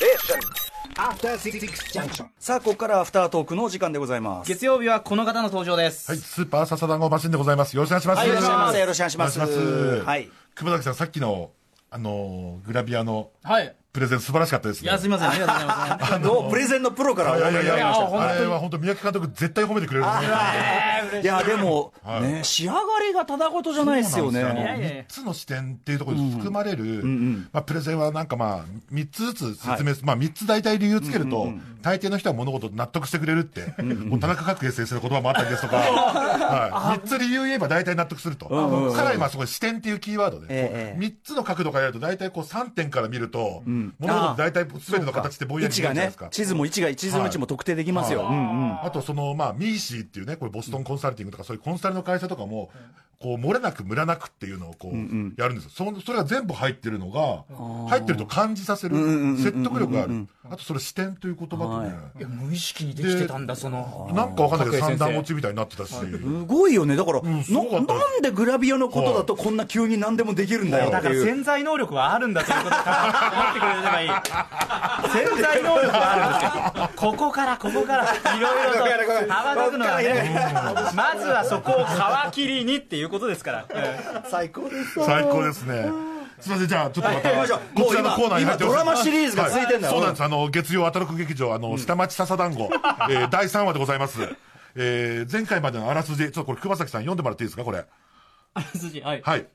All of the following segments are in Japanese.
さあここからアフタートークのお時間でございます。 月曜日はこの方の登場です。 はい、スーパーササダンゴマシンでございます。よろしくお願いします。 はい、いらっしゃいませ。よろしくお願いします。 はい。熊崎さん、さっきのグラビアのプレゼン素晴らしかったですね。 いや、すみません、ありがとうございます。 プレゼンのプロからお願いしました。 あれは本当三宅監督絶対褒めてくれるんですね。いやでもね、仕上がりがただごとじゃないですよね。3つの視点っていうところに含まれるプレゼンはなんか3つずつ説明、3つ大体理由つけると大抵の人は物事納得してくれるってもう田中角栄先生の言葉もあったりですとか、3つ理由言えば大体納得すると。さらにそこで視点っていうキーワードで3つの角度からやると大体こう3点から見ると物事大体全ての形ってぼんやり見えるじゃないですか。 地図の位置も特定できますよ。 あとミーシーっていうね、これボストンコンサルティングとかそういうコンサルの会社とかもこう漏れなくムラなくっていうのをこうやるんですよ。それが全部入ってるのが入ってると感じさせる説得力がある。あとそれ視点という言葉とね、 いや無意識にできてたんだ。 なんかわかんないけど三段落ちみたいになってたし、すごいよね。だからなんでグラビアのことだとこんな急に何でもできるんだよっていう。 だから潜在能力はあるんだということから思ってくれればいい。潜在能力はあるんですよ。ここからいろいろと羽ばたくのはね、まずはそこを皮切りにっていうことですから。 最高です。 最高ですね。すみません、じゃあちょっとまたこちらのコーナーに入って今ドラマシリーズが続いてんだよ。 そうなんです。月曜アトロク劇場下町笹団子第3話でございます。前回までのあらすじ、ちょっとこれ熊崎さん読んでもらっていいですか、これ。 あらすじ、はい。 はい。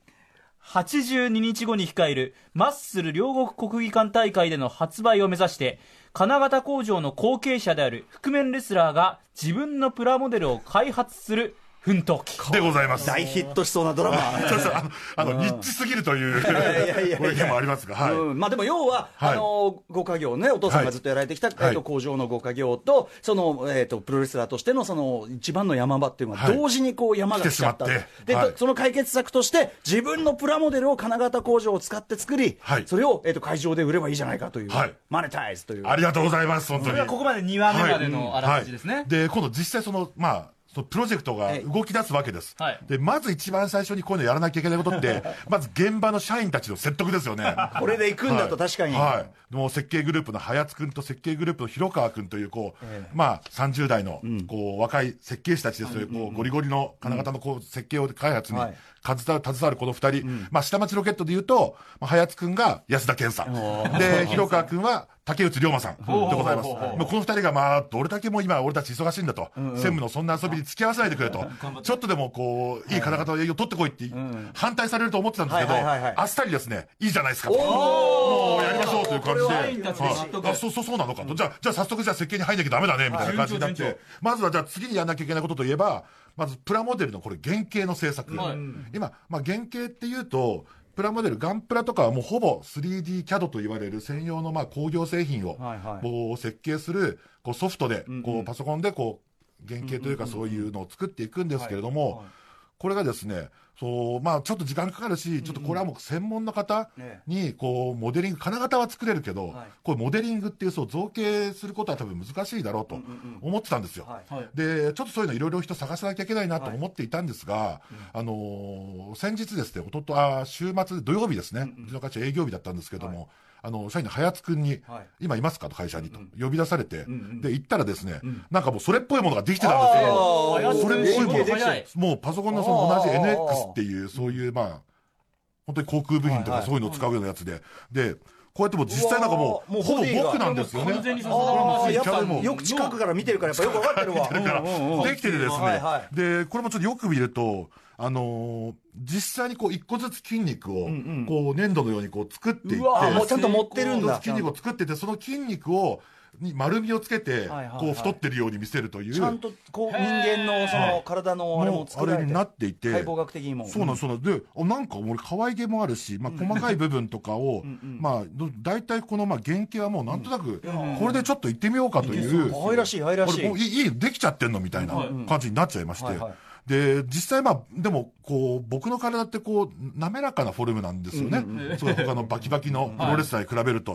82日後に控えるマッスル両国国技館大会での発売を目指して金型工場の後継者である覆面レスラーが自分のプラモデルを開発する奮闘記でございます。 大ヒットしそうなドラマ。 ニッチすぎるというご意見もありますが、はい。 まあでも要はご家業ね、お父さんがずっとやられてきた工場のご家業とプロレスラーとしての一番の山場っていうのが同時にこう山が来ちゃった。でその解決策として自分のプラモデルを金型工場を使って作り、それを会場で売ればいいじゃないかというマネタイズという。 ありがとうございます。本当に。 ここまで2話目までのあらすじですね。 で今度実際プロジェクトが動き出すわけです。で、まず一番最初にこういうのやらなきゃいけないことって、まず現場の社員たちの説得ですよね。 これで行くんだと確かに。 もう設計グループの早津くんと設計グループの広川くんという、30代の、若い設計士たちですという、ゴリゴリの金型の設計開発に携わるこの二人。下町ロケットで言うと、早津くんが安田健さん。で、広川くんは、竹内涼真さんでございます。この二人がどれだけも今俺たち忙しいんだと、専務のそんな遊びに付き合わせないでくれと、ちょっとでもいい金型の営業取ってこいって反対されると思ってたんですけど、あっさりですね、いいじゃないですかと、もうやりましょうという感じで、そうなのかと、じゃあ早速設計に入んなきゃダメだねみたいな感じになって、まずはじゃあ次にやんなきゃいけないことといえば、まずプラモデルのこれ原型の制作。今原型っていうとプラモデル、ガンプラとかはもうほぼ 3D キャドと言われる専用の工業製品を設計するソフトでパソコンで原型というかそういうのを作っていくんですけれども、これがですね、ちょっと時間かかるし、ちょっとこれはもう専門の方にモデリング、金型は作れるけど、こうモデリングっていう造形することは多分難しいだろうと思ってたんですよ。で、ちょっとそういうのいろいろ人探さなきゃいけないなと思っていたんですが、先日ですね、週末土曜日ですね、うちの会社営業日だったんですけども、社員の早津くんに、今いますかと会社にと呼び出されて、で行ったらですね、なんかもうそれっぽいものができてたんですよ。それっぽいものがもうパソコンの同じ NX っていうそういう本当に航空部品とかそういうのを使うようなやつで、こうやっても実際なんかもうほぼ僕なんですよね。 やっぱよく近くから見てるからやっぱよく分かってるわ。 できててですね、でこれもちょっとよく見ると実際に一個ずつ筋肉を粘土のように作っていって、 もうちゃんと持ってるんだ。 筋肉を作ってて、その筋肉に丸みをつけて太ってるように見せるという、 ちゃんと人間のその体のあれも作られてになっていて、 解剖学的にもそうなんで、なんか俺可愛げもあるし、細かい部分とかを大体この原型はもうなんとなくこれでちょっと行ってみようかという、 愛らしい愛らしい、 いいできちゃってんのみたいな感じになっちゃいまして。で実際でも僕の体って滑らかなフォルムなんですよね。他のバキバキのプロレスラーに比べると。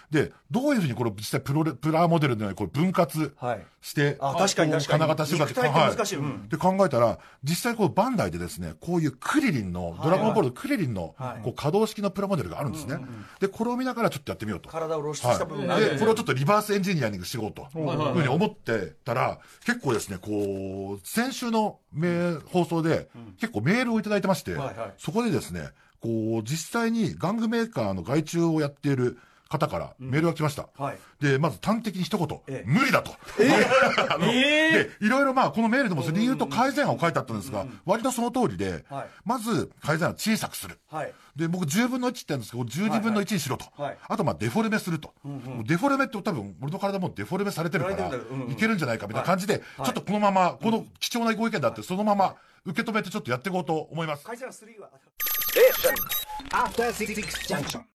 で、どういうふうにこれ実際プラモデルのようにこれ分割して、 確かに金型して肉体って難しい。 で考えたら、実際こうバンダイでですね、こういうクリリンの、ドラゴンボールのクリリンのこう可動式のプラモデルがあるんですね。で、これを見ながらちょっとやってみようと。 体を露出した部分がある。 で、これをちょっとリバースエンジニアリングしようというふうに思ってたら、結構ですね、こう、先週の放送で結構メールをいただいてまして、そこでですね、こう、実際に玩具メーカーの外注をやっている方からメールが来ました。で、まず端的に一言、無理だと。で、いろいろまあ、このメールでも理由と改善案を書いてあったんですが、割とその通りで、まず改善案を小さくする。で、僕10分の1って言うんですけど、12分の1にしろと。あとまあ、デフォルメすると。デフォルメって多分、俺の体もデフォルメされてるから、いけるんじゃないかみたいな感じで、ちょっとこのまま、この貴重なご意見だって、そのまま受け止めてちょっとやっていこうと思います。 改善案3は。 After 66 junction.